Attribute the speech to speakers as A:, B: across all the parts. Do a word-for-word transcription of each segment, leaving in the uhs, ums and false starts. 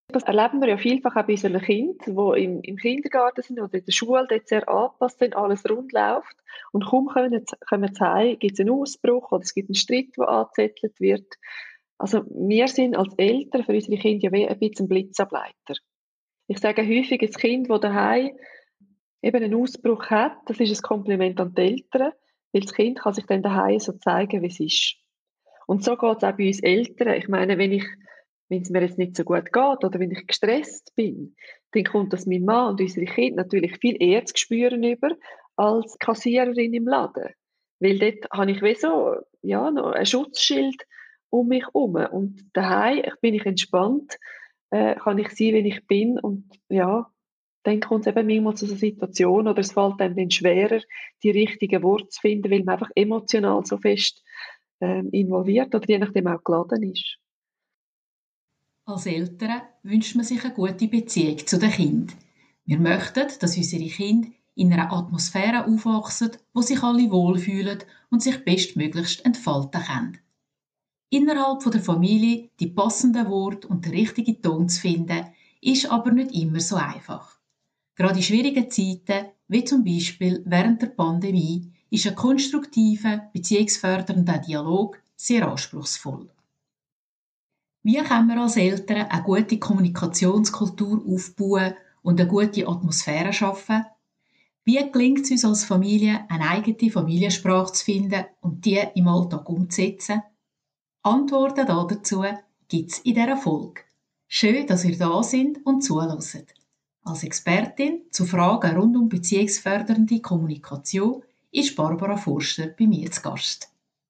A: Das erleben wir ja vielfach auch bei unseren Kindern, die im, im Kindergarten sind oder in der Schule, dort sehr angepasst sind, alles rund läuft. Und kaum kommen, kommen sie heim, gibt es einen Ausbruch oder es gibt einen Streit, der angezettelt wird. Also wir sind als Eltern für unsere Kinder ja wie ein bisschen Blitzableiter. Ich sage häufig, ein Kind, das daheim eben einen Ausbruch hat, das ist ein Kompliment an die Eltern, weil das Kind kann sich dann daheim so zeigen, wie es ist. Und so geht es auch bei uns Eltern. Ich meine, wenn ich, wenn es mir jetzt nicht so gut geht oder wenn ich gestresst bin, dann kommt das mein Mann und unsere Kinder natürlich viel eher zu spüren über als Kassiererin im Laden. Weil dort habe ich wie so, ja, noch ein Schutzschild um mich herum. Und daheim bin ich entspannt, äh, kann ich sein, wie ich bin. Und ja, dann kommt es eben manchmal zu so Situationen oder es fällt einem dann schwerer, die richtigen Worte zu finden, weil man einfach emotional so fest ähm, involviert oder je nachdem auch geladen ist.
B: Als Eltern wünscht man sich eine gute Beziehung zu den Kindern. Wir möchten, dass unsere Kinder in einer Atmosphäre aufwachsen, wo sich alle wohlfühlen und sich bestmöglichst entfalten können. Innerhalb der Familie die passenden Worte und den richtigen Ton zu finden, ist aber nicht immer so einfach. Gerade in schwierigen Zeiten, wie zum Beispiel während der Pandemie, ist ein konstruktiver, beziehungsfördernder Dialog sehr anspruchsvoll. Wie können wir als Eltern eine gute Kommunikationskultur aufbauen und eine gute Atmosphäre schaffen? Wie gelingt es uns als Familie, eine eigene Familiensprache zu finden und die im Alltag umzusetzen? Antworten dazu gibt es in dieser Folge. Schön, dass ihr da sind und zuhört. Als Expertin zu Fragen rund um beziehungsfördernde Kommunikation ist Barbara Forster bei mir zu Gast.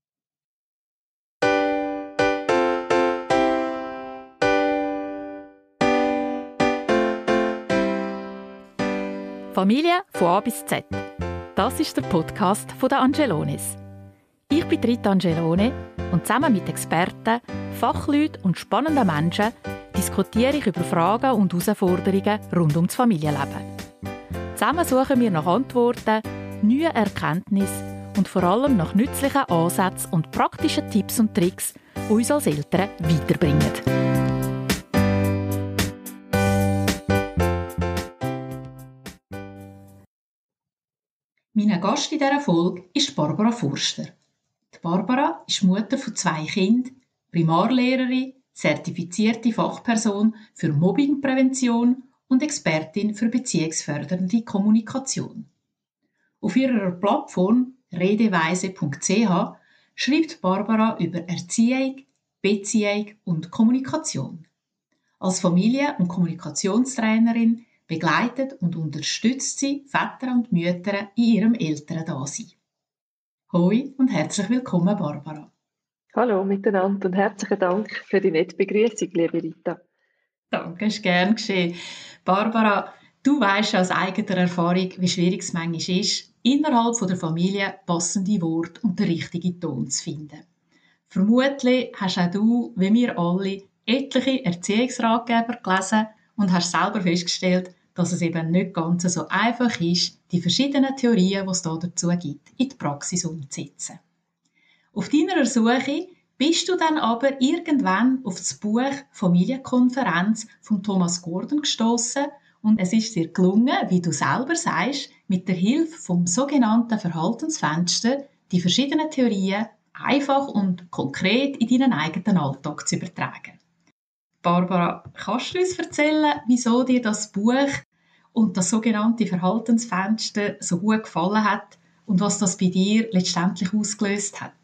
C: Familie von A bis Z. Das ist der Podcast von der Angelones. Ich bin Rita Angelone und zusammen mit Experten, Fachleuten und spannenden Menschen diskutiere ich über Fragen und Herausforderungen rund um das Familienleben. Zusammen suchen wir nach Antworten, neuen Erkenntnissen und vor allem nach nützlichen Ansätzen und praktischen Tipps und Tricks, die uns als Eltern weiterbringen.
B: Mein Gast in dieser Folge ist Barbara Forster. Die Barbara ist Mutter von zwei Kindern, Primarlehrerin, zertifizierte Fachperson für Mobbingprävention und Expertin für beziehungsfördernde Kommunikation. Auf ihrer Plattform redeweise punkt c h schreibt Barbara über Erziehung, Beziehung und Kommunikation. Als Familie- und Kommunikationstrainerin begleitet und unterstützt sie Väter und Mütter in ihrem Elterndasein. Hoi und herzlich willkommen, Barbara.
A: Hallo miteinander und herzlichen Dank für die nette Begrüßung, liebe Rita.
B: Danke, ist gern geschehen. Barbara, du weisst aus eigener Erfahrung, wie schwierig es manchmal ist, innerhalb der Familie passende Worte und den richtigen Ton zu finden. Vermutlich hast auch du, wie wir alle, etliche Erziehungsratgeber gelesen und hast selber festgestellt, dass es eben nicht ganz so einfach ist, die verschiedenen Theorien, die es da dazu gibt, in die Praxis umzusetzen. Auf deiner Suche bist du dann aber irgendwann auf das Buch Familienkonferenz von Thomas Gordon gestoßen und es ist dir gelungen, wie du selber sagst, mit der Hilfe vom sogenannten Verhaltensfenster die verschiedenen Theorien einfach und konkret in deinen eigenen Alltag zu übertragen. Barbara, kannst du uns erzählen, wieso dir das Buch und das sogenannte Verhaltensfenster so gut gefallen hat und was das bei dir letztendlich ausgelöst hat?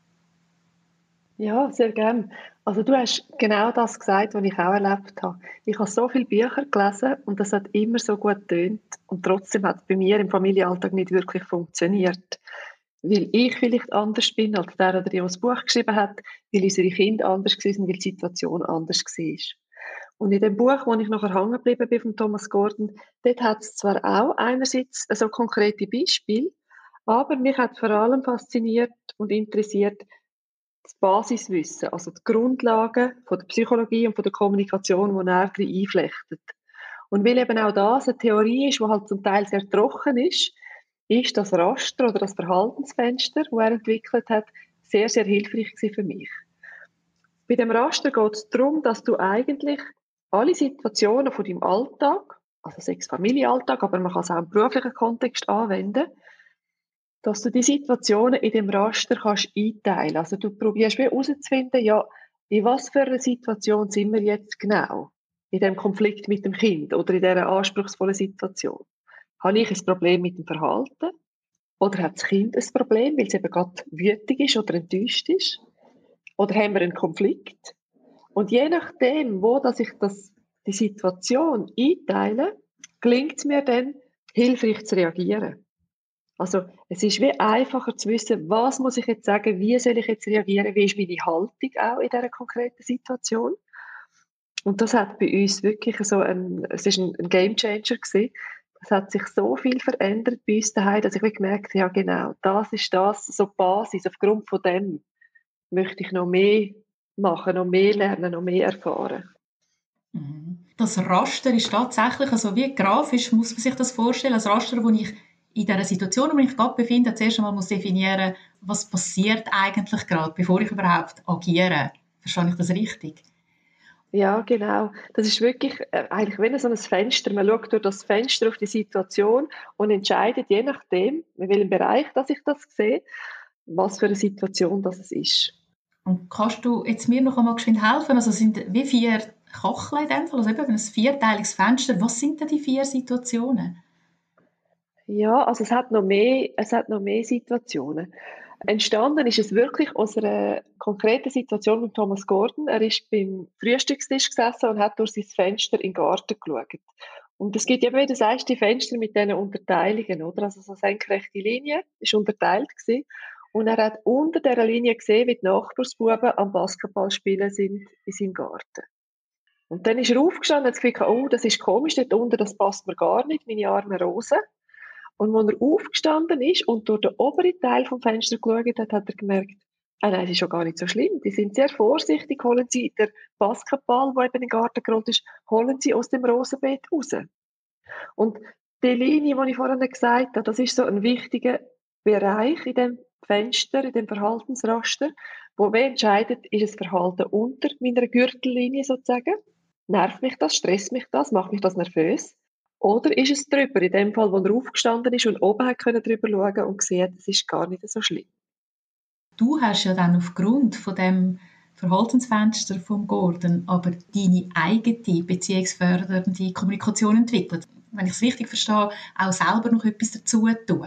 A: Ja, sehr gern. Also du hast genau das gesagt, was ich auch erlebt habe. Ich habe so viele Bücher gelesen und das hat immer so gut getönt und trotzdem hat es bei mir im Familienalltag nicht wirklich funktioniert. Weil ich vielleicht anders bin als der oder die, der das Buch geschrieben hat, weil unsere Kinder anders waren, weil die Situation anders war. Und in dem Buch, wo ich nachher hängen geblieben bin, von Thomas Gordon, dort hat es zwar auch einerseits so konkrete Beispiele, aber mich hat vor allem fasziniert und interessiert das Basiswissen, also die Grundlagen von der Psychologie und von der Kommunikation, die er drin einflechtet. Und weil eben auch das eine Theorie ist, die halt zum Teil sehr trocken ist, ist das Raster oder das Verhaltensfenster, das er entwickelt hat, sehr, sehr hilfreich gewesen für mich. Bei dem Raster geht es darum, dass du eigentlich alle Situationen von deinem Alltag, also sechs Familienalltag, aber man kann es auch im beruflichen Kontext anwenden, dass du die Situationen in dem Raster kannst einteilen. Also du probierst herauszufinden, ja, in was für einer Situation sind wir jetzt genau? In dem Konflikt mit dem Kind oder in dieser anspruchsvollen Situation. Habe ich ein Problem mit dem Verhalten? Oder hat das Kind ein Problem, weil es eben gerade wütig ist oder enttäuscht ist? Oder haben wir einen Konflikt? Und je nachdem, wo dass ich das, die Situation einteile, gelingt es mir dann, hilfreich zu reagieren. Also es ist wie einfacher zu wissen, was muss ich jetzt sagen, wie soll ich jetzt reagieren, wie ist meine Haltung auch in dieser konkreten Situation. Und das hat bei uns wirklich so ein, es ist ein, ein Gamechanger gewesen. Es hat sich so viel verändert bei uns daheim, dass ich wirklich gemerkt habe, ja genau, das ist das, so die Basis, aufgrund von dem möchte ich noch mehr machen, noch mehr lernen, noch mehr erfahren.
B: Das Raster ist tatsächlich, also wie grafisch muss man sich das vorstellen, das Raster, wo ich in dieser Situation, wo ich gerade befinde, zuerst einmal muss definieren, was passiert eigentlich gerade, bevor ich überhaupt agiere. Verstehe ich das richtig?
A: Ja, genau. Das ist wirklich äh, eigentlich wie so ein Fenster. Man schaut durch das Fenster auf die Situation und entscheidet je nachdem, in welchem Bereich dass ich das sehe, was für eine Situation das es ist.
B: Und kannst du jetzt mir noch einmal geschwind helfen? Also sind wie vier Kacheln in dem Fall, also eben ein vierteiliges Fenster. Was sind denn die vier Situationen?
A: Ja, also es hat noch mehr, es hat noch mehr Situationen. Entstanden ist es wirklich aus einer konkreten Situation mit Thomas Gordon. Er ist beim Frühstückstisch gesessen und hat durch sein Fenster in den Garten geschaut. Und es gibt eben, wie du sagst, die Fenster mit diesen Unterteilungen, oder? Also so senkrechte Linie ist unterteilt gewesen. Und er hat unter dieser Linie gesehen, wie die Nachbarsbuben am Basketball spielen sind in seinem Garten. Und dann ist er aufgestanden und hat gesagt, oh, das ist komisch, dort unten, das passt mir gar nicht, meine armen Rosen. Und als er aufgestanden ist und durch den oberen Teil vom Fenster geschaut hat, hat er gemerkt, ah nein, das ist schon gar nicht so schlimm. Die sind sehr vorsichtig, holen sie den Basketball, der eben in den Garten gerollt ist, holen sie aus dem Rosenbeet raus. Und die Linie, die ich vorhin gesagt habe, das ist so ein wichtiger Bereich in dem Fenster, in dem Verhaltensraster, wo wer entscheidet, ist das Verhalten unter meiner Gürtellinie sozusagen? Nervt mich das, stresst mich das, macht mich das nervös? Oder ist es drüber, in dem Fall, wo er aufgestanden ist und oben hat können drüber schauen und gesehen, es ist gar nicht so schlimm.
B: Du hast ja dann aufgrund von dem Verhaltensfenster vom Gordon aber deine eigene beziehungsfördernde Kommunikation entwickelt. Wenn ich es richtig verstehe, auch selber noch etwas dazu tun.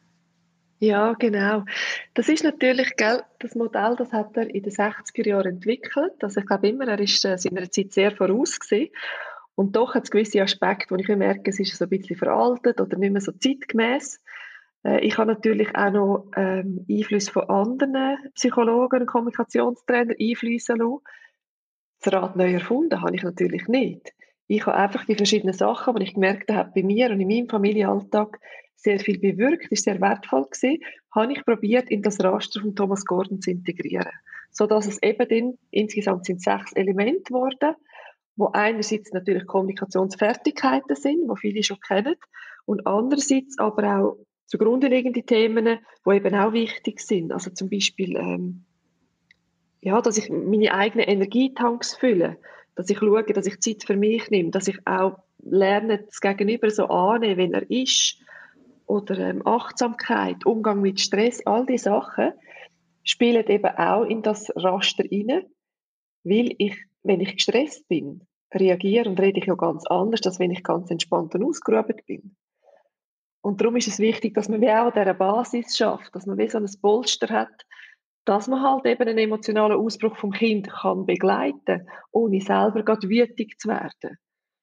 A: Ja, genau. Das ist natürlich, gell, das Modell, das hat er in den sechziger Jahren entwickelt. Also ich glaube immer, er ist äh, seiner Zeit sehr voraus gewesen. Und doch hat es gewisse Aspekte, wo ich merke, es ist so ein bisschen veraltet oder nicht mehr so zeitgemäß. Äh, ich habe natürlich auch noch ähm, Einfluss von anderen Psychologen und Kommunikationstrainern einfließen lassen. Das Rad neu erfunden habe ich natürlich nicht. Ich habe einfach die verschiedenen Sachen, die ich gemerkt habe, bei mir und in meinem Familienalltag sehr viel bewirkt, ist sehr wertvoll gewesen, habe ich probiert, in das Raster von Thomas Gordon zu integrieren. Sodass es eben dann, insgesamt sind sechs Elemente geworden, wo einerseits natürlich Kommunikationsfertigkeiten sind, die viele schon kennen, und andererseits aber auch zugrunde liegende Themen, die eben auch wichtig sind. Also zum Beispiel, ähm, ja, dass ich meine eigenen Energietanks fülle, dass ich schaue, dass ich Zeit für mich nehme, dass ich auch lerne, das Gegenüber so annehmen, wenn er ist, oder ähm, Achtsamkeit, Umgang mit Stress, all diese Sachen spielen eben auch in das Raster rein, weil ich, wenn ich gestresst bin, reagiere und rede ich ja ganz anders, als wenn ich ganz entspannt und ausgeruht bin. Und darum ist es wichtig, dass man wie auch an dieser Basis schafft, dass man wie so ein Polster hat, dass man halt eben einen emotionalen Ausbruch vom Kind kann begleiten, ohne selber gerade wütig zu werden.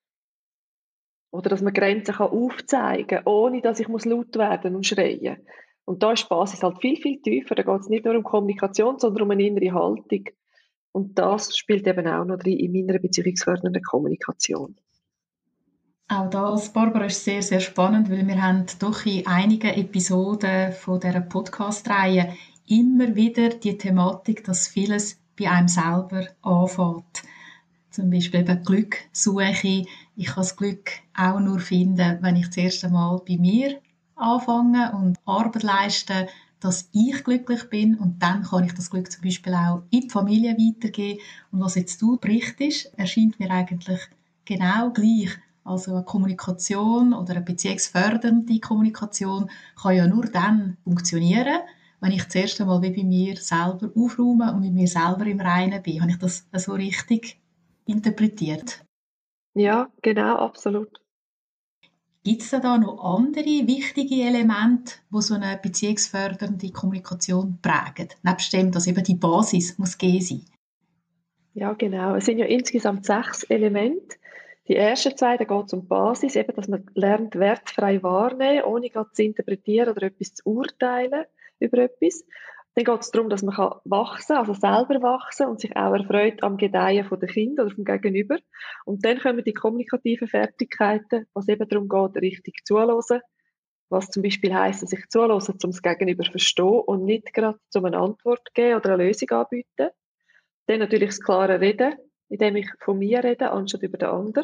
A: Oder dass man Grenzen kann aufzeigen kann, ohne dass ich muss laut werden und schreien. Und da ist die Basis halt viel, viel tiefer. Da geht es nicht nur um Kommunikation, sondern um eine innere Haltung. Und das spielt eben auch noch drin in meiner beziehungsfördernden Kommunikation.
B: Auch das, Barbara, ist sehr, sehr spannend, weil wir haben doch in einigen Episoden von dieser Podcast-Reihe immer wieder die Thematik, dass vieles bei einem selber anfängt. Zum Beispiel eben Glückssuche. Ich kann das Glück auch nur finden, wenn ich das erste Mal bei mir anfange und Arbeit leiste, dass ich glücklich bin, und dann kann ich das Glück zum Beispiel auch in die Familie weitergeben. Und was jetzt du berichtest, erscheint mir eigentlich genau gleich. Also eine Kommunikation oder eine beziehungsfördernde Kommunikation kann ja nur dann funktionieren, wenn ich zuerst einmal wie bei mir selber aufräume und mit mir selber im Reinen bin. Habe ich das so richtig interpretiert?
A: Ja, genau, absolut.
B: Gibt es da noch andere wichtige Elemente, die so eine beziehungsfördernde Kommunikation prägen? Nebst dem, dass eben die Basis muss gegeben sein.
A: Ja, genau. Es sind ja insgesamt sechs Elemente. Die ersten zwei, da geht es um die Basis, eben, dass man lernt, wertfrei wahrnehmen, ohne gerade zu interpretieren oder etwas zu urteilen über etwas. Dann geht es darum, dass man kann wachsen, also selber wachsen und sich auch erfreut am Gedeihen der Kinder oder vom Gegenüber. Und dann kommen die kommunikativen Fertigkeiten, was eben darum geht, richtig zuhören, was zum Beispiel heisst, dass ich zuhöre, um das Gegenüber zu verstehen und nicht gerade um eine Antwort zu geben oder eine Lösung anbieten. Dann natürlich das klare Reden, indem ich von mir rede, anstatt über den anderen.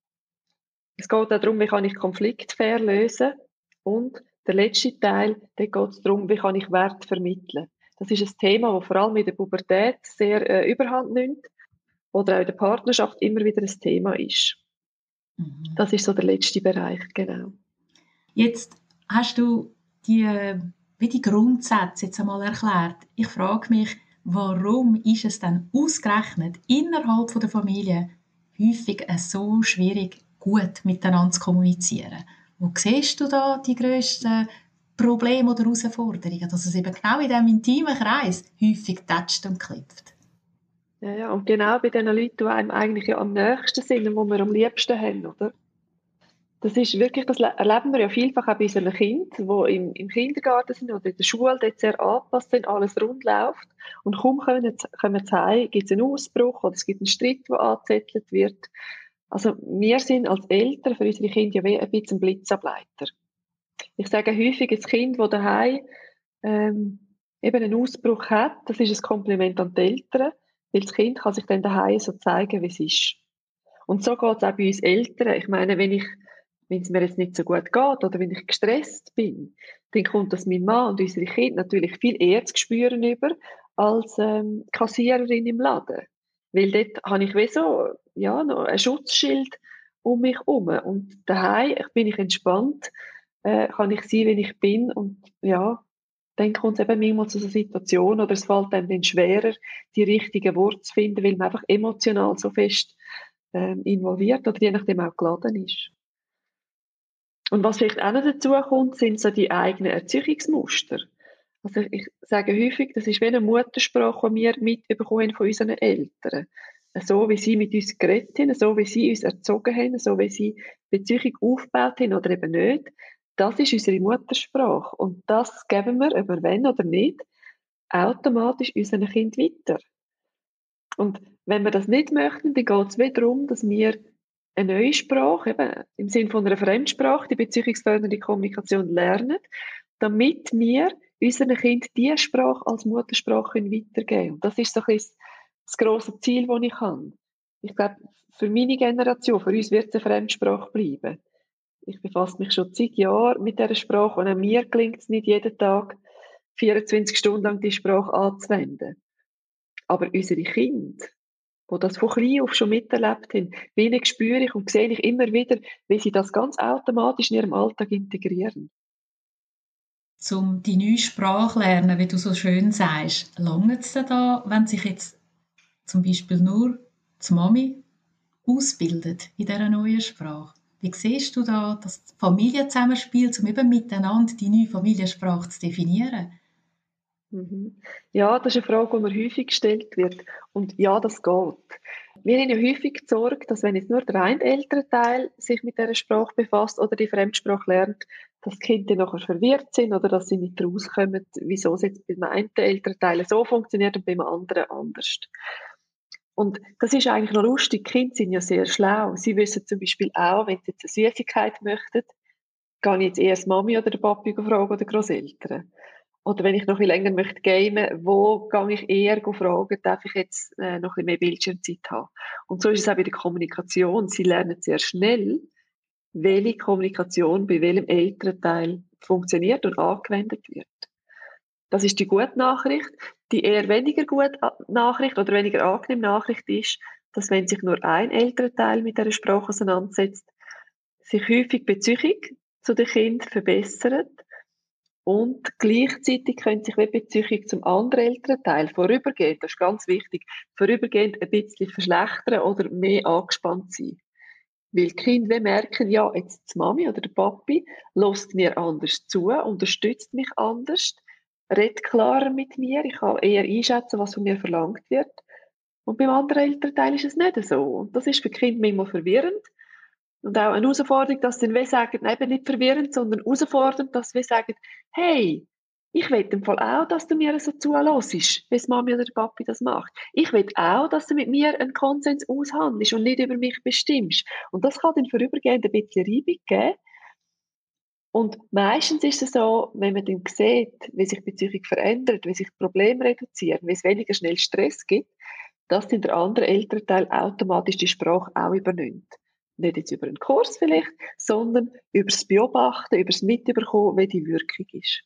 A: Es geht auch darum, wie kann ich Konflikte fair lösen. Und der letzte Teil, da geht es darum, wie kann ich Wert vermitteln. Das ist ein Thema, das vor allem in der Pubertät sehr äh, überhand nimmt oder auch in der Partnerschaft immer wieder ein Thema ist.
B: Mhm.
A: Das ist so der letzte Bereich, genau.
B: Jetzt hast du die, wie die Grundsätze jetzt einmal erklärt. Ich frage mich, warum ist es dann ausgerechnet innerhalb der Familie häufig so schwierig, gut miteinander zu kommunizieren? Wo siehst du da die grössten Probleme oder Herausforderungen, dass es eben genau in diesem intimen Kreis häufig tätscht und klopft?
A: Ja, ja, und genau bei den Leuten, die einem eigentlich ja am nächsten sind und die wir am liebsten haben, oder? Das ist wirklich, das erleben wir ja vielfach auch bei unseren Kindern, die im, im Kindergarten sind oder in der Schule, dort sehr angepasst sind, alles rund läuft. Und kaum kommen, kommen sie heim, gibt es einen Ausbruch oder es gibt einen Streit, der angezettelt wird. Also wir sind als Eltern für unsere Kinder ja wie ein bisschen ein Blitzableiter. Ich sage häufig, ein Kind, das daheim ähm, eben einen Ausbruch hat, das ist ein Kompliment an die Eltern, weil das Kind kann sich dann daheim so zeigen, wie es ist. Und so geht es auch bei uns Eltern. Ich meine, wenn ich wenn es mir jetzt nicht so gut geht oder wenn ich gestresst bin, dann kommt das mein Mann und unsere Kinder natürlich viel eher zu spüren über als ähm, Kassiererin im Laden. Weil dort habe ich wie so, ja, noch ein Schutzschild um mich herum. Und daheim bin ich entspannt, äh, kann ich sein, wie ich bin. Und ja, dann kommt es eben manchmal zu so Situationen oder es fällt einem dann schwerer, die richtigen Worte zu finden, weil man einfach emotional so fest ähm, involviert oder je nachdem auch geladen ist. Und was vielleicht auch noch dazu kommt, sind so die eigenen Erziehungsmuster. Also ich sage häufig, das ist wie eine Muttersprache, die wir mitbekommen von unseren Eltern. So wie sie mit uns geredet haben, so wie sie uns erzogen haben, so wie sie Beziehung aufgebaut haben oder eben nicht, das ist unsere Muttersprache. Und das geben wir, ob wir wollen oder nicht, automatisch unseren Kind weiter. Und wenn wir das nicht möchten, dann geht es wieder darum, dass wir eine neue Sprache, eben im Sinne von einer Fremdsprache, die beziehungsfördernde Kommunikation lernen, damit wir unseren Kindern diese Sprache als Muttersprache weitergeben können. Und das ist so ein bisschen das grosse Ziel, das ich habe. Ich glaube, für meine Generation, für uns wird es eine Fremdsprache bleiben. Ich befasse mich schon seit Jahren mit dieser Sprache und auch mir gelingt es nicht jeden Tag, vierundzwanzig Stunden lang die Sprache anzuwenden. Aber unsere Kinder, die das von klein auf schon miterlebt haben, wie ihnen spüre ich und sehe ich immer wieder, wie sie das ganz automatisch in ihrem Alltag integrieren.
B: Um die neue Sprache lernen, wie du so schön sagst, langt es da, wenn sich jetzt zum Beispiel nur die Mami ausbildet in dieser neuen Sprache? Wie siehst du da das Familienzusammenspiel, um eben miteinander die neue Familiensprache zu definieren?
A: Mhm. Ja, das ist eine Frage, die mir häufig gestellt wird. Und ja, das geht. Wir haben ja häufig die Sorge, dass wenn jetzt nur der eine Elternteil sich mit dieser Sprache befasst oder die Fremdsprache lernt, dass die Kinder nachher verwirrt sind oder dass sie nicht rauskommen, wieso es jetzt beim einen Elternteil so funktioniert und beim anderen anders. Und das ist eigentlich noch lustig. Die Kinder sind ja sehr schlau. Sie wissen zum Beispiel auch, wenn sie jetzt eine Süßigkeit möchten, gehe ich jetzt eher die Mami oder den Papi fragen oder Grosseltern. Oder wenn ich noch ein bisschen länger möchte gamen, wo gehe ich eher fragen, darf ich jetzt äh, noch ein bisschen mehr Bildschirmzeit haben? Und so ist es auch bei der Kommunikation. Sie lernen sehr schnell, welche Kommunikation bei welchem Elternteil funktioniert und angewendet wird. Das ist die gute Nachricht. Die eher weniger gute Nachricht oder weniger angenehme Nachricht ist, dass wenn sich nur ein Elternteil mit dieser Sprache auseinandersetzt, sich häufig die Beziehung zu den Kindern verbessert und gleichzeitig können sich die Beziehung zum anderen Elternteil vorübergehend, das ist ganz wichtig, vorübergehend ein bisschen verschlechtern oder mehr angespannt sein. Weil die Kinder merken, ja, jetzt die Mami oder der Papi lässt mir anders zu, unterstützt mich anders, redet klarer mit mir, ich kann eher einschätzen, was von mir verlangt wird. Und beim anderen Elternteil ist es nicht so. Und das ist für die Kinder manchmal verwirrend. Und auch eine Herausforderung, dass sie dann sagen, eben nicht verwirrend, sondern herausfordernd, dass wir sagen, hey, ich will im Fall auch, dass du mir so zuhörst, wie die Mami oder der Papi das macht. Ich will auch, dass du mit mir einen Konsens aushandelst und nicht über mich bestimmst. Und das kann dann vorübergehend ein bisschen Reibung geben. Und meistens ist es so, wenn man dann sieht, wie sich die Beziehung verändert, wie sich Probleme reduzieren, wie es weniger schnell Stress gibt, dass dann der andere Elternteil automatisch die Sprache auch übernimmt. Nicht jetzt über einen Kurs vielleicht, sondern über das Beobachten, über das Mitbekommen, wie die Wirkung ist.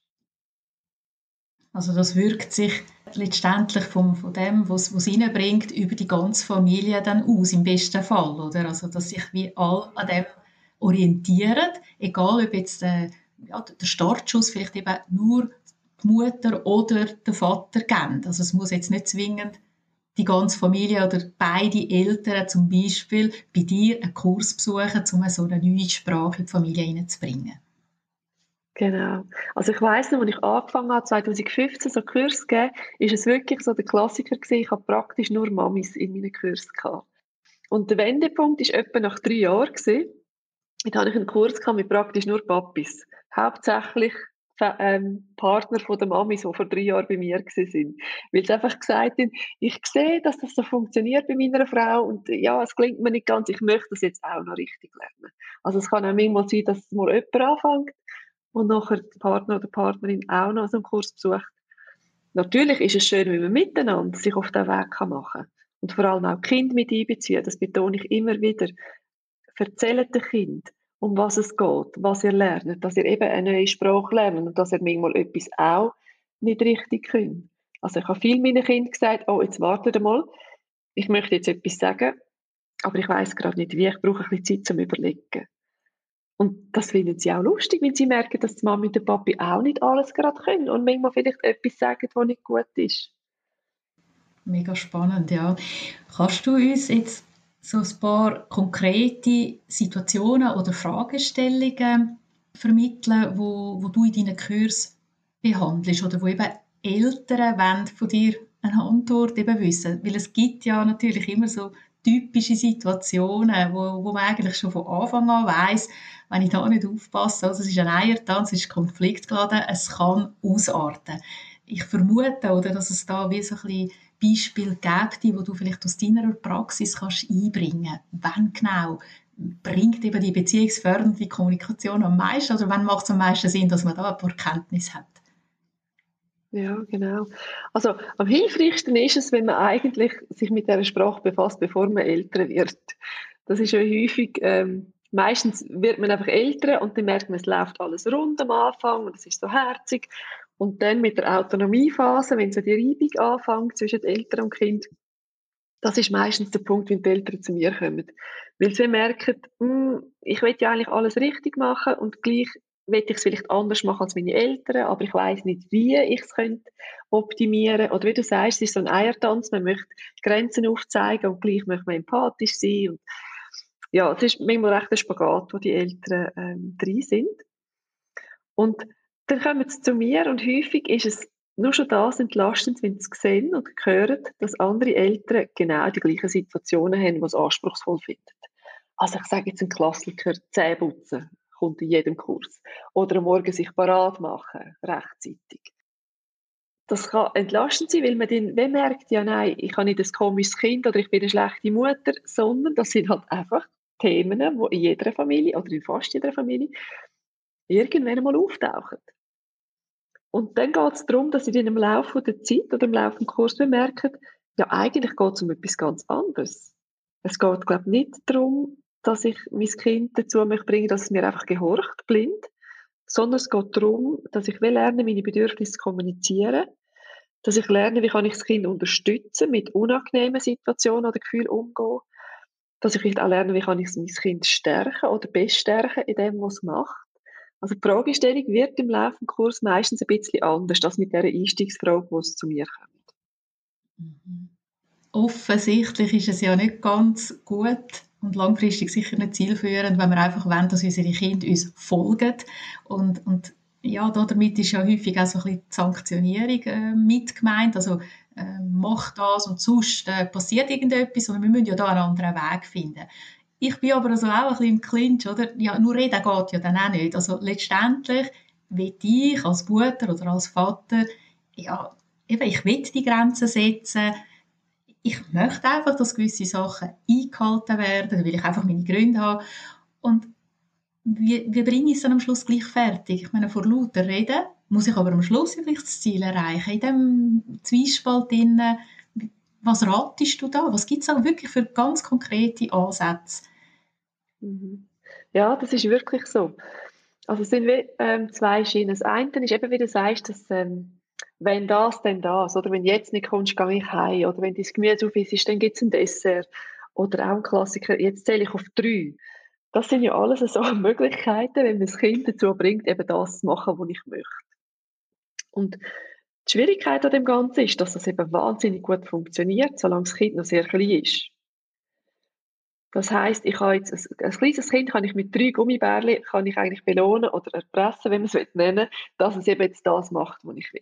B: Also das wirkt sich letztendlich vom, von dem, was es reinbringt, über die ganze Familie dann aus, im besten Fall, oder? Also dass sich wie alle an dem orientieren, egal ob jetzt äh, ja, der Startschuss vielleicht eben nur die Mutter oder der Vater kennt. Also es muss jetzt nicht zwingend die ganze Familie oder beide Eltern zum Beispiel bei dir einen Kurs besuchen, um so eine neue Sprache in die Familie hineinzubringen.
A: Genau. Also ich weiss noch, als ich angefangen habe, zwanzig fünfzehn so Kurs zu geben, ist es wirklich so der Klassiker gewesen. Ich habe praktisch nur Mamis in meinen Kursen gehabt. Und der Wendepunkt war etwa nach drei Jahren gewesen. Jetzt hatte ich einen Kurs gehabt mit praktisch nur Papis. Hauptsächlich ähm, Partner von der Mamis, die vor drei Jahren bei mir waren. Weil sie einfach gesagt haben, ich sehe, dass das so funktioniert bei meiner Frau und ja, es klingt mir nicht ganz, ich möchte das jetzt auch noch richtig lernen. Also es kann auch manchmal sein, dass mal jemand anfängt und nachher der Partner oder die Partnerin auch noch so einen Kurs besucht. Natürlich ist es schön, wenn man miteinander sich auf den Weg machen kann. Und vor allem auch die Kinder mit einbeziehen, das betone ich immer wieder. Erzählt dem Kind, um was es geht, was ihr lernt, dass ihr eben eine neue Sprache lernt und dass ihr manchmal etwas auch nicht richtig könnt. Also ich habe viel meinen Kindern gesagt, oh, jetzt wartet mal, ich möchte jetzt etwas sagen, aber ich weiß gerade nicht wie, ich brauche ein bisschen Zeit zum Überlegen. Und das finden sie auch lustig, wenn sie merken, dass die Mama und der Papi auch nicht alles gerade können und manchmal vielleicht etwas sagen, was nicht gut ist.
B: Mega spannend, ja. Kannst du uns jetzt so ein paar konkrete Situationen oder Fragestellungen vermitteln, wo, wo du in deinen Kursen behandelst oder wo eben Eltern wollen von dir eine Antwort eben wissen? Weil es gibt ja natürlich immer so typische Situationen, wo, wo man eigentlich schon von Anfang an weiss, wenn ich da nicht aufpasse, also es ist ein Eiertanz, es ist konfliktgeladen, es kann ausarten. Ich vermute, oder, dass es da wie so ein bisschen Beispiele gibt, die du vielleicht aus deiner Praxis kannst einbringen kannst. Wann genau bringt eben die beziehungsfördernde Kommunikation am meisten oder wann macht es am meisten Sinn, dass man da ein paar Kenntnisse hat?
A: Ja, genau. Also am hilfreichsten ist es, wenn man eigentlich sich mit der Sprache befasst, bevor man älter wird. Das ist ja häufig, ähm, meistens wird man einfach älter und dann merkt man, es läuft alles rund am Anfang und es ist so herzig. Und dann mit der Autonomiephase, wenn so die Reibung anfängt zwischen Eltern und Kind, das ist meistens der Punkt, wenn die Eltern zu mir kommen. Weil sie merken, ich will ja eigentlich alles richtig machen und gleich will ich es vielleicht anders machen als meine Eltern, aber ich weiß nicht, wie ich es könnte optimieren. Oder wie du sagst, es ist so ein Eiertanz, man möchte Grenzen aufzeigen und gleich möchte man empathisch sein. Und ja, es ist manchmal recht ein Spagat, wo die Eltern ähm, drin sind. Und dann kommen sie zu mir und häufig ist es nur schon das entlastend, wenn sie sehen oder hören, dass andere Eltern genau die gleichen Situationen haben, die sie anspruchsvoll finden. Also ich sage jetzt ein Klassiker, Zähneputzen kommt in jedem Kurs. Oder am Morgen sich parat machen, rechtzeitig. Das kann entlastend sein, weil man dann wenn merkt, ja nein, ich habe nicht ein komisches Kind oder ich bin eine schlechte Mutter, sondern das sind halt einfach Themen, die in jeder Familie oder in fast jeder Familie irgendwann einmal auftauchen. Und dann geht es darum, dass sie dann im Laufe der Zeit oder im Laufe des Kurses bemerken, ja, eigentlich geht es um etwas ganz anderes. Es geht, glaube ich, nicht darum, dass ich mein Kind dazu möchte bringen, dass es mir einfach gehorcht, blind, sondern es geht darum, dass ich will lernen, meine Bedürfnisse zu kommunizieren, Dass ich lerne, wie kann ich das Kind unterstützen, mit unangenehmen Situationen oder Gefühlen umgehen. Dass ich vielleicht auch lerne, wie kann ich mein Kind stärken oder bestärken in dem, was es macht. Also die Fragestellung wird im Laufe des Kurses meistens ein bisschen anders, als mit dieser Einstiegsfrage, die es zu mir kommt.
B: Mhm. Offensichtlich ist es ja nicht ganz gut und langfristig sicher nicht zielführend, wenn wir einfach wollen, dass unsere Kinder uns folgen. Und, und ja, damit ist ja häufig auch so ein bisschen die Sanktionierung äh, mit gemeint. Also äh, mach das und sonst äh, passiert irgendetwas, sondern wir müssen ja da einen anderen Weg finden. Ich bin aber also auch ein bisschen im Clinch, oder? Ja, nur reden geht ja dann auch nicht. Also letztendlich will ich als Mutter oder als Vater, ja, eben, ich will die Grenzen setzen. Ich möchte einfach, dass gewisse Sachen eingehalten werden, da will ich einfach meine Gründe haben. Und wie, wie bringe ich es dann am Schluss gleich fertig? Ich meine, vor lauter Reden muss ich aber am Schluss vielleicht das Ziel erreichen. In diesem Zwiespalt drin, was ratest du da? Was gibt es da wirklich für ganz konkrete Ansätze?
A: Mhm. Ja, das ist wirklich so. Also es sind wie, ähm, zwei Schienen. Das eine ist eben, wie du sagst, dass, ähm, wenn das, dann das. Oder wenn jetzt nicht kommst, gehe ich heim. Oder wenn dein Gemüse auf ist, dann gibt es ein Dessert. Oder auch ein Klassiker, jetzt zähle ich auf drei. Das sind ja alles so Möglichkeiten, wenn man das Kind dazu bringt, eben das zu machen, was ich möchte. Und die Schwierigkeit an dem Ganzen ist, dass das eben wahnsinnig gut funktioniert, solange das Kind noch sehr klein ist. Das heisst, ich habe jetzt ein, ein kleines Kind kann ich mit drei Gummibärchen kann ich eigentlich belohnen oder erpressen, wenn man es nennen will, dass es eben jetzt das macht, was ich will.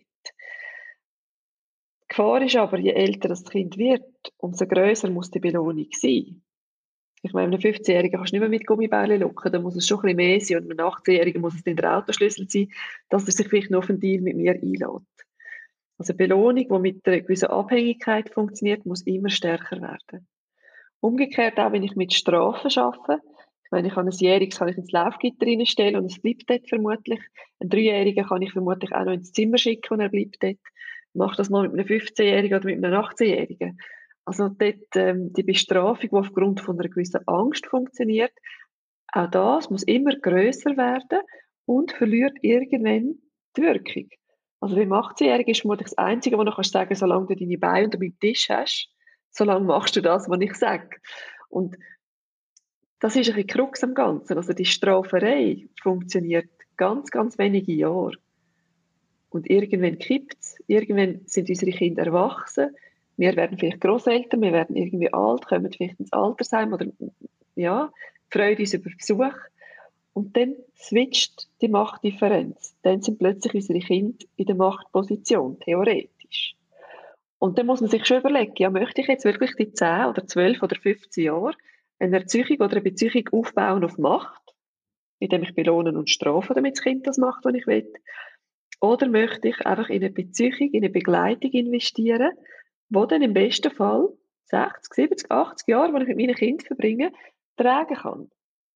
A: Die Gefahr ist aber, je älter das Kind wird, umso grösser muss die Belohnung sein. Ich meine, einem fünfzehnjährigen kannst du nicht mehr mit Gummibärchen locken, da muss es schon ein bisschen mehr sein, und einem achtzehnjährigen muss es dann der Autoschlüssel sein, dass er sich vielleicht noch auf einen Deal mit mir einlädt. Also Belohnung, die mit einer gewissen Abhängigkeit funktioniert, muss immer stärker werden. Umgekehrt auch, wenn ich mit Strafen arbeite. Ich meine, ich habe ein Jähriges kann ich ins Laufgitter reinstellen und es bleibt dort vermutlich. Ein Dreijährigen kann ich vermutlich auch noch ins Zimmer schicken und er bleibt dort. Mach das mal mit einem fünfzehnjährigen oder mit einem achtzehnjährigen. Also dort ähm, die Bestrafung, die aufgrund von einer gewissen Angst funktioniert, auch das muss immer grösser werden und verliert irgendwann die Wirkung. Also beim achtzehnjährigen ist vermutlich das Einzige, was du kannst sagen, solange du deine Beine unter dem Tisch hast, solange machst du das, was ich sage. Und das ist ein bisschen Krux am Ganzen. Also die Straferei funktioniert ganz, ganz wenige Jahre. Und irgendwann kippt es, irgendwann sind unsere Kinder erwachsen, wir werden vielleicht Grosseltern, wir werden irgendwie alt, kommen vielleicht ins Altersheim oder ja, freuen uns über Besuch. Und dann switcht die Machtdifferenz. Dann sind plötzlich unsere Kinder in der Machtposition, theoretisch. Und dann muss man sich schon überlegen, ja, möchte ich jetzt wirklich die zehn oder zwölf oder fünfzehn Jahre eine Erziehung oder eine Beziehung aufbauen auf Macht, indem ich belohnen und strafe, damit das Kind das macht, was ich will? Oder möchte ich einfach in eine Beziehung, in eine Begleitung investieren, wo dann im besten Fall sechzig, siebzig, achtzig Jahre, die ich mit meinen Kindern verbringe, tragen kann?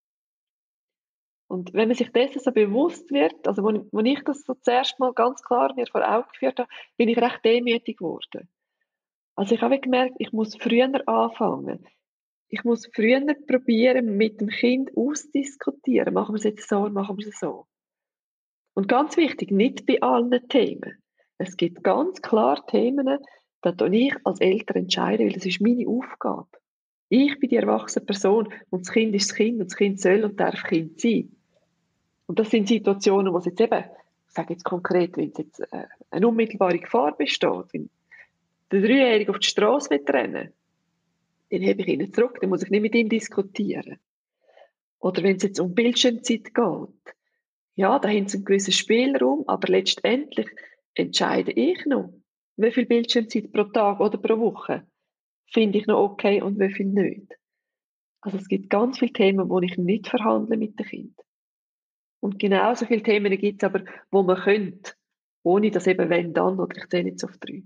A: Und wenn man sich dessen so bewusst wird, also als ich, ich das so zuerst mal ganz klar mir vor Augen geführt habe, bin ich recht demütig geworden. Also ich habe gemerkt, ich muss früher anfangen. Ich muss früher probieren, mit dem Kind auszudiskutieren. Machen wir es jetzt so, machen wir es so. Und ganz wichtig, nicht bei allen Themen. Es gibt ganz klar Themen, da tue ich als Eltern entscheiden, weil das ist meine Aufgabe. Ich bin die erwachsene Person und das Kind ist das Kind und das Kind soll und darf Kind sein. Und das sind Situationen, wo es jetzt eben, ich sage jetzt konkret, wenn es jetzt äh, eine unmittelbare Gefahr besteht, wenn der Dreijährige auf die Straße rennen will, dann hebe ich ihn zurück, dann muss ich nicht mit ihm diskutieren. Oder wenn es jetzt um Bildschirmzeit geht, ja, da haben sie einen gewissen Spielraum, aber letztendlich entscheide ich noch, wie viel Bildschirmzeit pro Tag oder pro Woche finde ich noch okay und wie viel nicht. Also es gibt ganz viele Themen, wo ich nicht verhandle mit den Kindern. Und genauso viele Themen gibt es aber, wo man könnte, ohne dass eben wenn dann, oder ich zähle jetzt auf drei.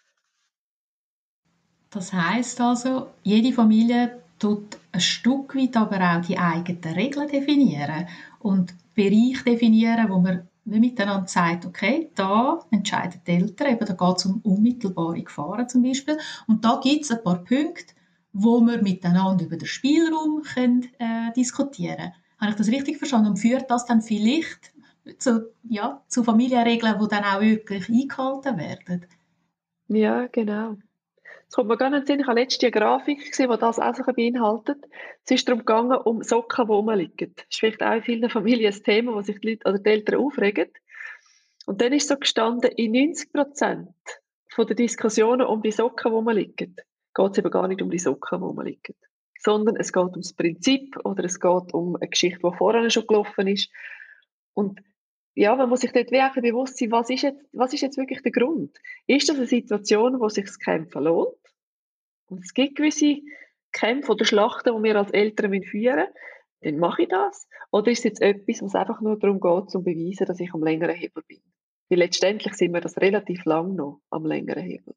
B: Das heisst also, jede Familie tut ein Stück weit aber auch die eigenen Regeln definieren und Bereich definieren, wo man wie miteinander sagt, okay, da entscheiden die Eltern, eben da geht es um unmittelbare Gefahren zum Beispiel, und da gibt es ein paar Punkte, wo wir miteinander über den Spielraum können, äh, diskutieren können. Habe ich das richtig verstanden? Und führt das dann vielleicht zu, ja, zu Familienregeln, die dann auch wirklich eingehalten werden?
A: Ja, genau. Es kommt mir gar nicht in den Sinn, ich habe letztens eine Grafik gesehen, die das auch so beinhaltet. Es ist darum gegangen, um Socken, die rumliegen. Das ist vielleicht auch in vielen Familien ein Thema, wo sich die Leute oder die Eltern aufregen. Und dann ist so gestanden, in neunzig Prozent von der Diskussionen um die Socken, die rumliegen, geht es eben gar nicht um die Socken, die rumliegen. Sondern es geht ums Prinzip oder es geht um eine Geschichte, die vorher schon gelaufen ist. Und ja, man muss sich dort wirklich bewusst sein, was ist jetzt, was ist jetzt wirklich der Grund? Ist das eine Situation, wo sich das Kämpfen lohnt? Und es gibt gewisse Kämpfe oder Schlachten, die wir als Eltern führen müssen. Dann mache ich das. Oder ist es jetzt etwas, was einfach nur darum geht, zu beweisen, dass ich am längeren Hebel bin? Weil letztendlich sind wir das relativ lang noch am längeren Hebel.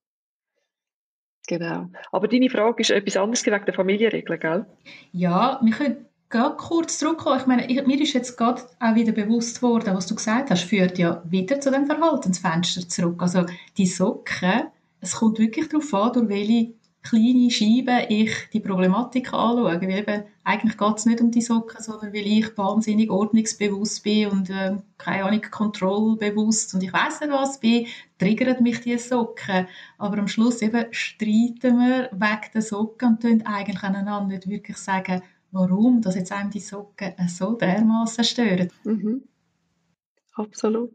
A: Genau. Aber deine Frage ist etwas anderes wegen der Familienregeln, gell?
B: Ja, wir können gerade kurz zurückkommen. Ich meine, ich, mir ist jetzt gerade auch wieder bewusst worden, was du gesagt hast, führt ja wieder zu dem Verhaltensfenster zurück. Also die Socken, es kommt wirklich darauf an, durch welche kleine Scheibe ich die Problematik anschaue. Weil eben, eigentlich geht es nicht um die Socken, sondern weil ich wahnsinnig ordnungsbewusst bin und äh, keine Ahnung, kontrollbewusst und ich weiss nicht was bin, triggert mich die Socken. Aber am Schluss eben streiten wir wegen der Socken und tun eigentlich aneinander nicht wirklich sagen, warum dass jetzt einem die Socken so dermaßen stören.
A: Mhm. Absolut.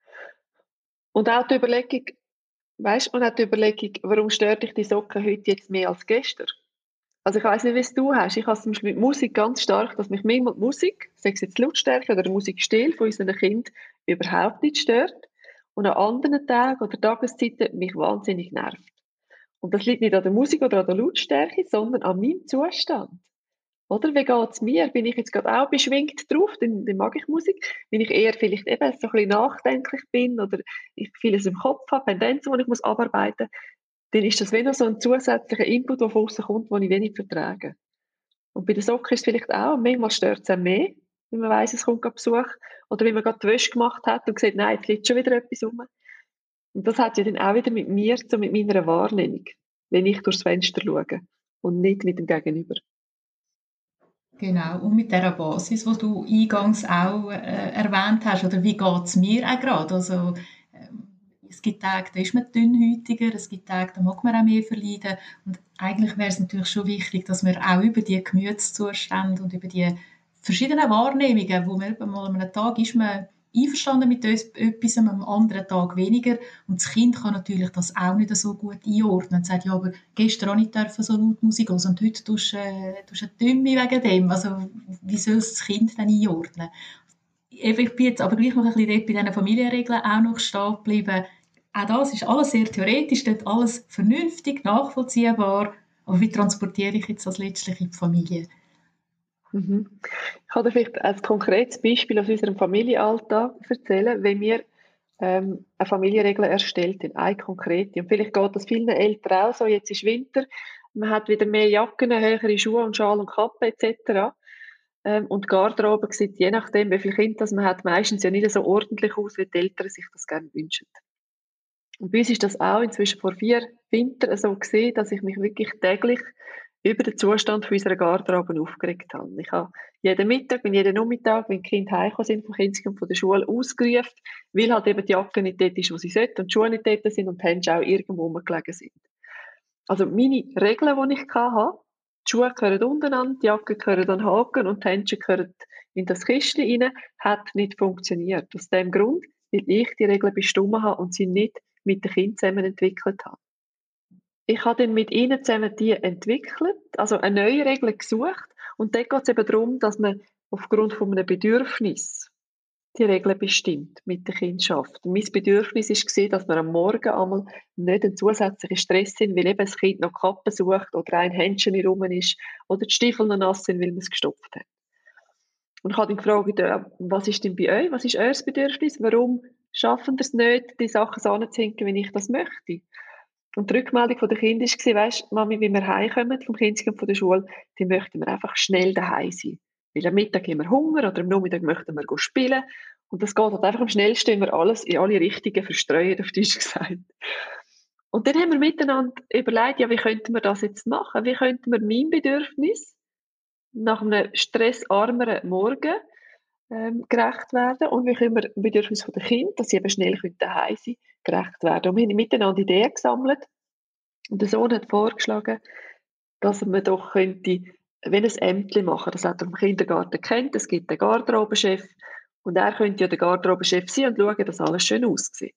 A: Und auch die Überlegung, weißt, und auch die Überlegung, warum stört dich die Socken heute jetzt mehr als gestern? Also ich weiss nicht, wie es du hast. Ich habe zum Beispiel mit Musik ganz stark, dass mich manchmal die Musik, sei es jetzt die Lautstärke oder der Musikstil von unseren Kindern, überhaupt nicht stört. Und an anderen Tagen oder Tageszeiten mich wahnsinnig nervt. Und das liegt nicht an der Musik oder an der Lautstärke, sondern an meinem Zustand. Oder wie geht es mir? Bin ich jetzt gerade auch beschwingt drauf, dann, dann mag ich Musik. Wenn ich eher vielleicht eben so ein bisschen nachdenklich bin oder ich vieles im Kopf habe, Pendenzen, die ich muss abarbeiten muss, dann ist das wie noch so ein zusätzlicher Input, der von außen kommt, den ich wenig vertrage. Und bei den Socken ist es vielleicht auch, manchmal stört es einem mehr, wenn man weiss, es kommt gerade Besuch. Oder wenn man gerade die Wäsche gemacht hat und sieht, nein, jetzt liegt schon wieder etwas rum. Und das hat ja dann auch wieder mit mir, so mit meiner Wahrnehmung, wenn ich durchs Fenster schaue und nicht mit dem Gegenüber.
B: Genau, und mit dieser Basis, die du eingangs auch äh, erwähnt hast, oder wie geht es mir auch gerade? Also, ähm, es gibt Tage, da ist man dünnhäutiger, es gibt Tage, da mag man auch mehr verleiden. Und eigentlich wäre es natürlich schon wichtig, dass wir auch über die Gemütszustände und über die verschiedenen Wahrnehmungen, wo man mal an einem Tag ist man einverstanden mit etwas, am anderen Tag weniger. Und das Kind kann natürlich das auch nicht so gut einordnen. Und sagt, ja, aber gestern auch nicht dürfen so laut Musik hören und heute tust du äh, eine Dümme wegen dem. Also, wie soll das Kind dann einordnen? Ich bin jetzt aber gleich noch ein bisschen dort bei diesen Familienregeln auch noch stehen geblieben. Auch das ist alles sehr theoretisch, dort alles vernünftig, nachvollziehbar. Aber wie transportiere ich jetzt das letztlich in die Familie?
A: Mhm. Ich kann dir vielleicht als konkretes Beispiel aus unserem Familienalltag erzählen, wenn wir ähm, eine Familienregel erstellt haben, eine konkrete. Und vielleicht geht das vielen Eltern auch so, jetzt ist Winter, man hat wieder mehr Jacken, höhere Schuhe und Schal und Kappe et cetera. Ähm, und die Garderobe sieht, je nachdem, wie viele Kinder das man hat, meistens ja nicht so ordentlich aus, wie die Eltern sich das gerne wünschen. Und bei uns ist das auch inzwischen vor vier Wintern so gesehen, dass ich mich wirklich täglich über den Zustand unserer Garderobe aufgeregt habe. Ich habe jeden Mittag und jeden Nachmittag, wenn die Kinder heimgekommen sind vom Kindergarten, von der Schule, ausgerufen, weil halt eben die Jacke nicht dort ist, wo sie sollte und die Schuhe nicht dort sind und die Hände auch irgendwo rumgelegen sind. Also meine Regeln, die ich hatte, die Schuhe gehören unten an, die Jacke gehören an den Haken und die Hände gehören in das Kistchen rein, hat nicht funktioniert. Aus dem Grund, weil ich die Regeln bestimmt habe und sie nicht mit den Kindern zusammen entwickelt habe. Ich habe dann mit ihnen zusammen die entwickelt, also eine neue Regel gesucht. Und dort geht es eben darum, dass man aufgrund von einem Bedürfnis die Regeln bestimmt mit der Kindschaft. Und mein Bedürfnis war, dass wir am Morgen einmal nicht einen zusätzlichen Stress sind, weil eben das Kind noch Kappen sucht oder ein Händchen nicht rum ist oder die Stiefel noch nass sind, weil man es gestopft hat. Und ich habe dann gefragt, was ist denn bei euch? Was ist euer Bedürfnis? Warum schaffen ihr es nicht, die Sachen so anzuhinken, wie ich das möchte? Und die Rückmeldung der Kinder war, weisst, Mami, wenn wir heimkommen vom Kindergarten von der Schule, dann möchten wir einfach schnell daheim sein. Weil am Mittag haben wir Hunger oder am Nachmittag möchten wir spielen. Und das geht halt einfach am schnellsten, wenn wir alles in alle Richtungen verstreuen, auf Deutsch gesagt. Und dann haben wir miteinander überlegt, ja, wie könnten wir das jetzt machen? Wie könnten wir mein Bedürfnis nach einem stressarmeren Morgen ähm, gerecht werden und wie können wir dem Bedürfnis der Kinder, dass sie eben schnell daheim sein können, gerecht werden. Und wir haben miteinander Ideen gesammelt und der Sohn hat vorgeschlagen, dass man doch könnte, wenn ein Ämtli machen, das hat er vom Kindergarten kennt, es gibt einen Garderobenchef und er könnte ja der Garderobenchef sein und schauen, dass alles schön aussieht.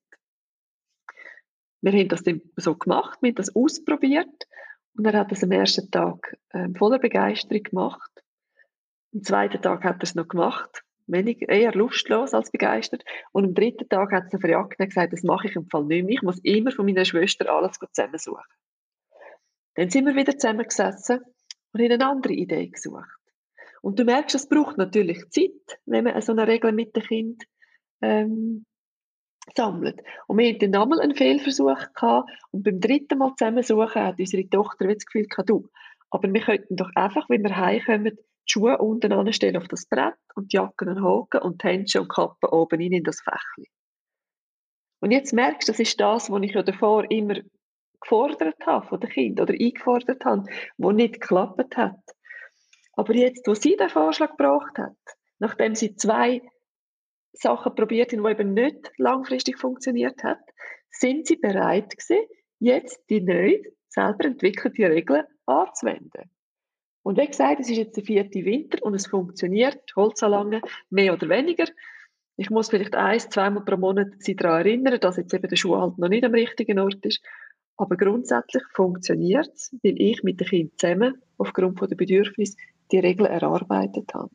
A: Wir haben das dann so gemacht, wir haben das ausprobiert und er hat das am ersten Tag ähm, voller Begeisterung gemacht. Am zweiten Tag hat er es noch gemacht, wenig, eher lustlos als begeistert. Und am dritten Tag hat er verjagt und gesagt, das mache ich im Fall nicht mehr. Ich muss immer von meiner Schwester alles zusammensuchen. Dann sind wir wieder zusammengesessen und haben eine andere Idee gesucht. Und du merkst, es braucht natürlich Zeit, wenn man so eine Regel mit dem Kind ähm, sammelt. Und wir hatten dann nochmal einen Fehlversuch gehabt und beim dritten Mal zusammensuchen hat unsere Tochter das Gefühl gehabt, du, aber wir könnten doch einfach, wenn wir heimkommen, die Schuhe unten anstellen auf das Brett und die Jacken an den Haken und die Händchen und Kappen oben rein in das Fächli. Und jetzt merkst du, das ist das, was ich ja davor immer gefordert habe von den Kindern oder eingefordert habe, was nicht geklappt hat. Aber jetzt, wo sie den Vorschlag gebracht hat, nachdem sie zwei Sachen probiert haben, die eben nicht langfristig funktioniert hat, sind sie bereit gewesen, jetzt die neu selber entwickelte Regeln anzuwenden. Und wie gesagt, es ist jetzt der vierte Winter und es funktioniert, Holzanlangen, mehr oder weniger. Ich muss vielleicht ein-, zweimal pro Monat sie daran erinnern, dass jetzt eben der Schuh halt noch nicht am richtigen Ort ist. Aber grundsätzlich funktioniert es, weil ich mit den Kindern zusammen aufgrund der Bedürfnisse die Regeln erarbeitet habe.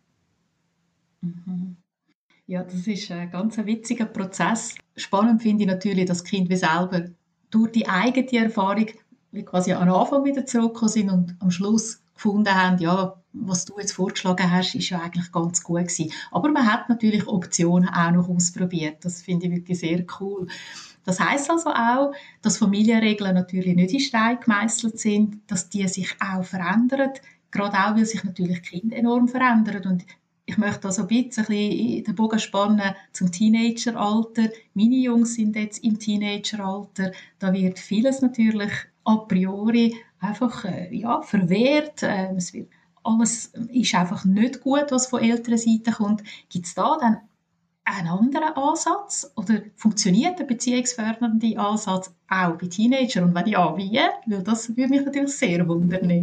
B: Mhm. Ja, das ist ein ganz witziger Prozess. Spannend finde ich natürlich, dass die Kinder wie selber durch die eigene Erfahrung wie quasi am Anfang wieder zurückgekommen sind und am Schluss gefunden haben, ja, was du jetzt vorgeschlagen hast, ist ja eigentlich ganz gut gewesen. Aber man hat natürlich Optionen auch noch ausprobiert. Das finde ich wirklich sehr cool. Das heisst also auch, dass Familienregeln natürlich nicht in Stein gemeißelt sind, dass die sich auch verändern, gerade auch, weil sich natürlich die Kinder enorm verändern. Und ich möchte also ein bisschen den Bogen spannen zum Teenageralter. Meine Jungs sind jetzt im Teenageralter. Da wird vieles natürlich a priori einfach äh, ja, verwehrt. Äh, es wird, alles ist einfach nicht gut, was von älterer Seite kommt. Gibt es da dann einen anderen Ansatz? Oder funktioniert der beziehungsfördernde Ansatz auch bei Teenagern? Und wenn ja, wie? Weil das würde mich natürlich sehr wundern.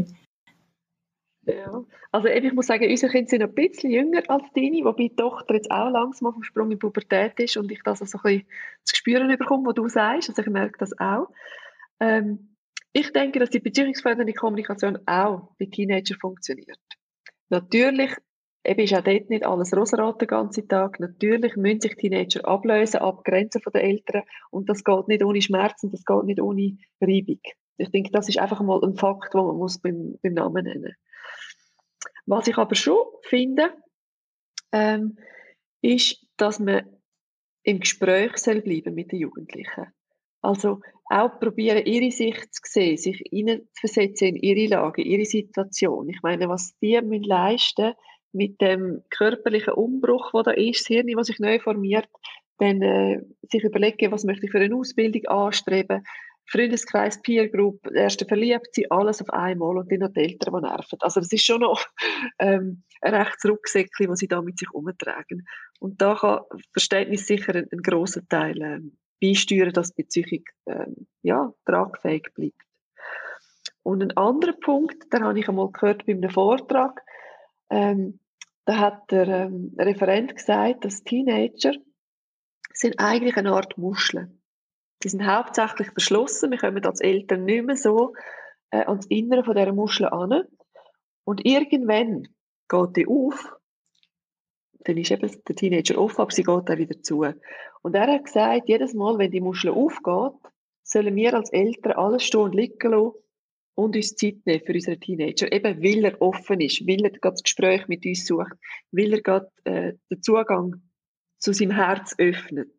A: Ja, also eben, ich muss sagen, unsere Kinder sind ein bisschen jünger als deine, wobei die Tochter jetzt auch langsam auf dem Sprung in die Pubertät ist und ich das also ein bisschen zu spüren bekomme, was du sagst. Also ich merke das auch. Ähm, ich denke, dass die beziehungsfördernde Kommunikation auch bei Teenagern funktioniert. Natürlich eben ist auch dort nicht alles rosarot den ganzen Tag. Natürlich müssen sich Teenager ablösen, abgrenzen von den Eltern und das geht nicht ohne Schmerzen, das geht nicht ohne Reibung. Ich denke, das ist einfach mal ein Fakt, den man muss beim, beim Namen nennen muss. Was ich aber schon finde, ähm, ist, dass man im Gespräch soll bleiben mit den Jugendlichen. Also auch probieren, ihre Sicht zu sehen, sich hineinzuversetzen in ihre Lage, ihre Situation. Ich meine, was die müssen leisten mit dem körperlichen Umbruch, der da ist, das Hirn, was sich neu formiert, dann äh, sich überlegen, was möchte ich für eine Ausbildung anstreben, Freundeskreis, Peer Group, erste verliebt sie alles auf einmal und dann noch die Eltern, die nerven. Also das ist schon noch ähm, ein rechtes Rucksäckchen, das sie da mit sich umtragen. Und da kann Verständnis sicher einen, einen grossen Teil ähm, beisteuern, dass die Beziehung ähm, ja, tragfähig bleibt. Und ein anderer Punkt, den habe ich einmal gehört bei einem Vortrag, ähm, da hat der ähm, Referent gesagt, dass Teenager sind eigentlich eine Art Muscheln. Die sind hauptsächlich verschlossen. Wir kommen als Eltern nicht mehr so äh, ans Innere von dieser Muschel an. Und irgendwann geht die auf. Dann ist eben der Teenager offen, aber sie geht auch wieder zu. Und er hat gesagt, jedes Mal, wenn die Muschel aufgeht, sollen wir als Eltern alles stehen und liegen lassen und uns Zeit nehmen für unseren Teenager. Eben, weil er offen ist, weil er gerade das Gespräch mit uns sucht, weil er gerade äh, den Zugang zu seinem Herz öffnet.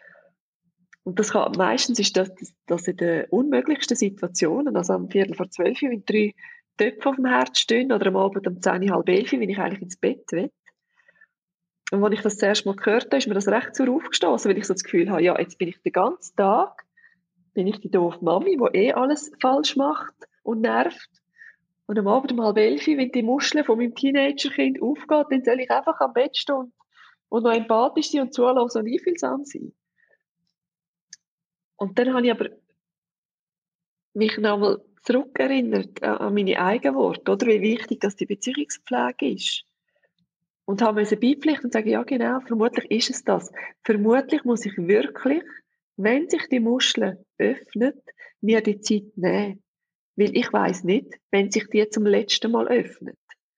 A: Und das kann, meistens ist das, das in den unmöglichsten Situationen, also am Viertel vor zwölf, wenn drei Töpfe auf dem Herz stehen, oder am Abend um zehn, halb elf, wenn ich eigentlich ins Bett will. Und als ich das zuerst mal gehört habe, ist mir das recht so aufgestoßen, weil ich so das Gefühl habe, ja, jetzt bin ich den ganzen Tag, bin ich die doofe Mami, die eh alles falsch macht und nervt. Und am Abend um halb elf, wenn die Muschel von meinem Teenagerkind aufgeht, dann soll ich einfach am Bett stehen und und noch empathisch sein und zuhören und einfühlsam sein. Und dann habe ich aber mich nochmal zurückerinnert an, an meine eigenen Worte, oder wie wichtig dass die Beziehungspflege ist. Und habe mir beipflichten und sagen, ja genau, vermutlich ist es das. Vermutlich muss ich wirklich, wenn sich die Muschel öffnet, mir die Zeit nehmen. Weil ich weiss nicht, wenn sich die zum letzten Mal öffnet.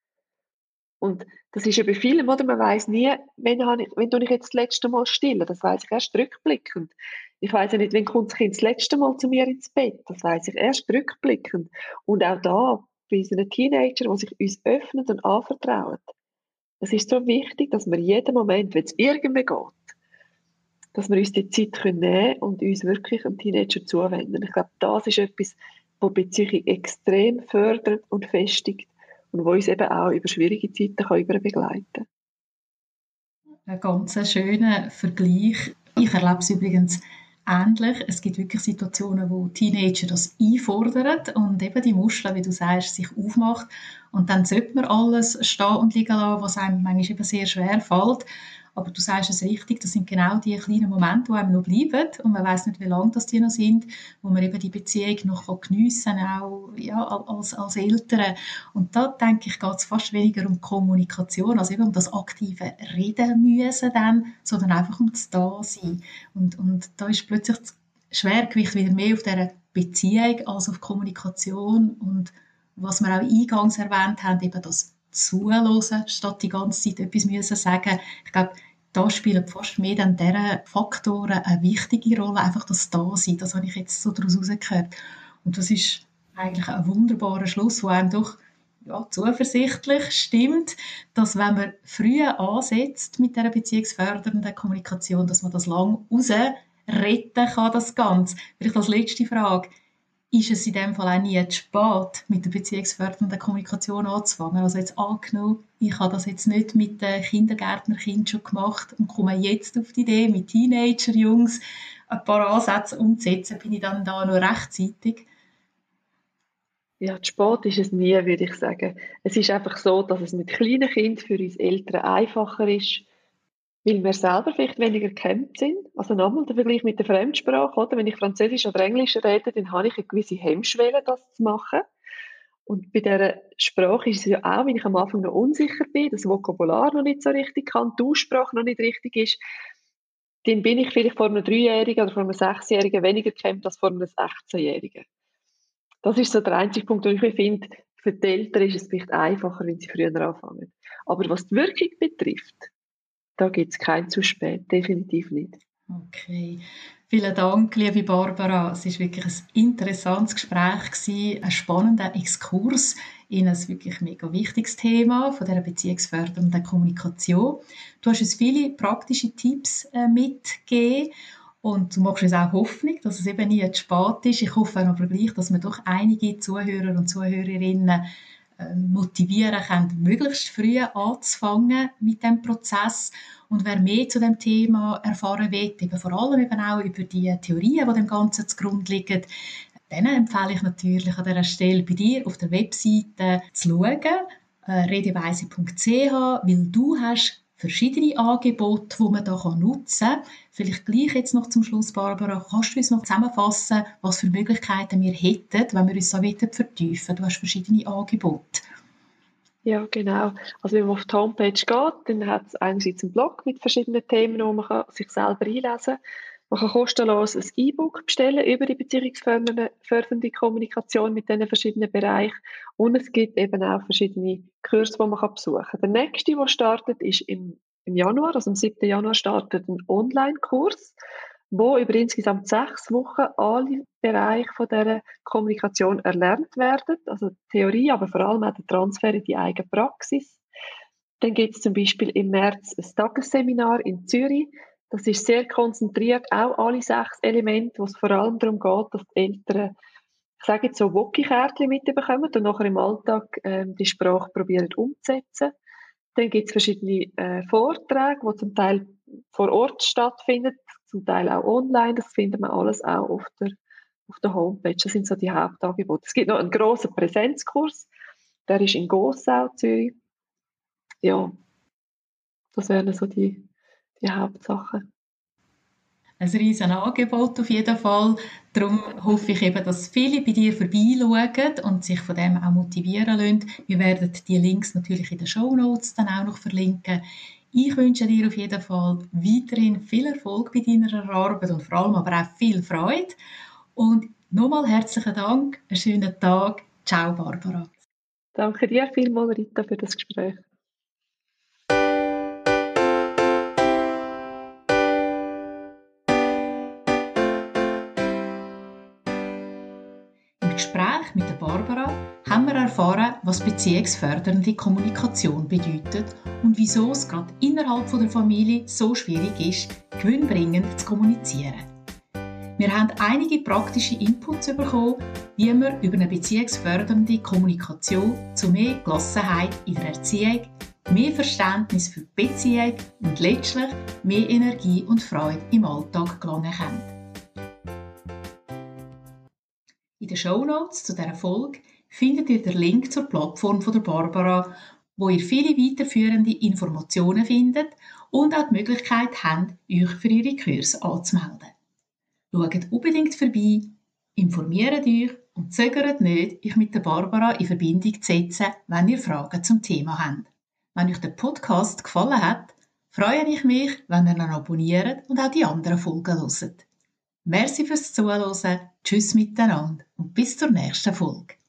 A: Und das ist ja bei vielen, oder? Man weiss nie, wenn, habe ich, wenn tue ich jetzt das letzte Mal stillen. Das weiss ich erst rückblickend. Ich weiss ja nicht, wenn kommt das Kind das letzte Mal zu mir ins Bett. Das weiss ich erst rückblickend. Und auch da, bei unseren Teenagern, die sich uns öffnen und anvertrauen. Es ist so wichtig, dass wir jeden Moment, wenn es irgendwie geht, dass wir uns die Zeit nehmen können und uns wirklich einem Teenager zuwenden. Ich glaube, das ist etwas, was Beziehung extrem fördert und festigt und wo uns eben auch über schwierige Zeiten kann begleiten kann.
B: Ein ganz schöner Vergleich. Ich erlebe es übrigens ähnlich. Es gibt wirklich Situationen, wo Teenager das einfordern und eben die Muschel, wie du sagst, sich aufmacht. Und dann sollte man alles stehen und liegen lassen, was einem manchmal eben sehr schwer fällt. Aber du sagst es richtig, das sind genau die kleinen Momente, die einem noch bleiben. Und man weiss nicht, wie lange das die noch sind, wo man eben die Beziehung noch geniessen kann, auch ja, als, als Eltern. Und da, denke ich, geht es fast weniger um Kommunikation, als eben um das aktive Reden müssen dann, sondern einfach um das Dasein. Und, und da ist plötzlich das Schwergewicht wieder mehr auf dieser Beziehung als auf Kommunikation. Und was wir auch eingangs erwähnt haben, eben das Zuhören, statt die ganze Zeit etwas müssen sagen. Ich glaube, da spielen fast mehr dann diese Faktoren eine wichtige Rolle, einfach das Dasein. Das habe ich jetzt so daraus herausgehört. Und das ist eigentlich ein wunderbarer Schluss, der einem doch ja, zuversichtlich stimmt, dass wenn man früh ansetzt mit dieser beziehungsfördernden Kommunikation, dass man das lang rausretten kann, das Ganze. Vielleicht als letzte Frage. Ist es in dem Fall auch nie zu spät, mit der beziehungsfördernden Kommunikation anzufangen? Also jetzt angenommen, ich habe das jetzt nicht mit den Kindergärtnerkindern schon gemacht und komme jetzt auf die Idee, mit Teenager-Jungs ein paar Ansätze umzusetzen, bin ich dann da noch rechtzeitig?
A: Ja, zu spät ist es nie, würde ich sagen. Es ist einfach so, dass es mit kleinen Kindern für uns Eltern einfacher ist, weil wir selber vielleicht weniger gehemmt sind. Also nochmal der Vergleich mit der Fremdsprache, oder? Wenn ich Französisch oder Englisch rede, dann habe ich eine gewisse Hemmschwelle, das zu machen. Und bei dieser Sprache ist es ja auch, wenn ich am Anfang noch unsicher bin, das Vokabular noch nicht so richtig kann, die Aussprache noch nicht richtig ist, dann bin ich vielleicht vor einem Dreijährigen oder vor einem Sechsjährigen weniger gehemmt als vor einem Sechzehnjährigen. Das ist so der einzige Punkt, wo ich finde, für die Eltern ist es vielleicht einfacher, wenn sie früher anfangen. Aber was die Wirkung betrifft, da gibt es kein zu spät, definitiv nicht.
B: Okay. Vielen Dank, liebe Barbara. Es war wirklich ein interessantes Gespräch gewesen, ein spannender Exkurs in ein wirklich mega wichtiges Thema von dieser beziehungsfördernden Kommunikation. Du hast uns viele praktische Tipps äh, mitgegeben und du machst uns auch Hoffnung, dass es eben nie zu spät ist. Ich hoffe aber gleich, dass wir doch einige Zuhörer und Zuhörerinnen motivieren können, möglichst früh anzufangen mit dem Prozess. Und wer mehr zu dem Thema erfahren will, eben vor allem eben auch über die Theorien, die dem Ganzen zugrunde liegen, dann empfehle ich natürlich an dieser Stelle bei dir auf der Webseite zu schauen, äh, redeweise punkt c h, weil du hast verschiedene Angebote, die man da nutzen kann. Vielleicht gleich jetzt noch zum Schluss, Barbara, kannst du uns noch zusammenfassen, was für Möglichkeiten wir hätten, wenn wir uns da vertiefen wollen? Du hast verschiedene Angebote.
A: Ja, genau. Also wenn man auf die Homepage geht, dann hat es einerseits einen Blog mit verschiedenen Themen, wo man kann sich selber einlesen kann. Man kann kostenlos ein E-Book bestellen über die beziehungsfördernde Kommunikation mit diesen verschiedenen Bereichen. Und es gibt eben auch verschiedene Kurse, die man besuchen kann. Der nächste, der startet, ist im, im Januar, also am siebten Januar startet ein Online-Kurs, wo über insgesamt sechs Wochen alle Bereiche von dieser Kommunikation erlernt werden. Also Theorie, aber vor allem auch der Transfer in die eigene Praxis. Dann gibt es zum Beispiel im März ein Tagesseminar in Zürich. Das ist sehr konzentriert, auch alle sechs Elemente, wo es vor allem darum geht, dass die Eltern, ich sage jetzt so, Woki-Kärtchen mitbekommen und nachher im Alltag ähm, die Sprache probieren umzusetzen. Dann gibt es verschiedene äh, Vorträge, die zum Teil vor Ort stattfinden, zum Teil auch online. Das findet man alles auch auf der, auf der Homepage. Das sind so die Hauptangebote. Es gibt noch einen grossen Präsenzkurs, der ist in Gossau, Zürich. Ja, das wären so die die Hauptsache.
B: Ein riesen Angebot auf jeden Fall. Darum hoffe ich eben, dass viele bei dir vorbeischauen und sich von dem auch motivieren lassen. Wir werden die Links natürlich in den Shownotes dann auch noch verlinken. Ich wünsche dir auf jeden Fall weiterhin viel Erfolg bei deiner Arbeit und vor allem aber auch viel Freude. Und nochmal herzlichen Dank, einen schönen Tag. Ciao, Barbara.
A: Danke dir vielmals, Rita, für das Gespräch.
B: Im Gespräch mit der Barbara haben wir erfahren, was beziehungsfördernde Kommunikation bedeutet und wieso es gerade innerhalb der Familie so schwierig ist, gewinnbringend zu kommunizieren. Wir haben einige praktische Inputs bekommen, wie man über eine beziehungsfördernde Kommunikation zu mehr Gelassenheit in der Erziehung, mehr Verständnis für die Beziehung und letztlich mehr Energie und Freude im Alltag gelangen kann. In den Shownotes zu dieser Folge findet ihr den Link zur Plattform von der Barbara, wo ihr viele weiterführende Informationen findet und auch die Möglichkeit habt, euch für ihre Kurse anzumelden. Schaut unbedingt vorbei, informiert euch und zögert nicht, euch mit der Barbara in Verbindung zu setzen, wenn ihr Fragen zum Thema habt. Wenn euch der Podcast gefallen hat, freue ich mich, wenn ihr ihn abonniert und auch die anderen Folgen hört. Merci fürs Zuhören, tschüss miteinander und bis zur nächsten Folge.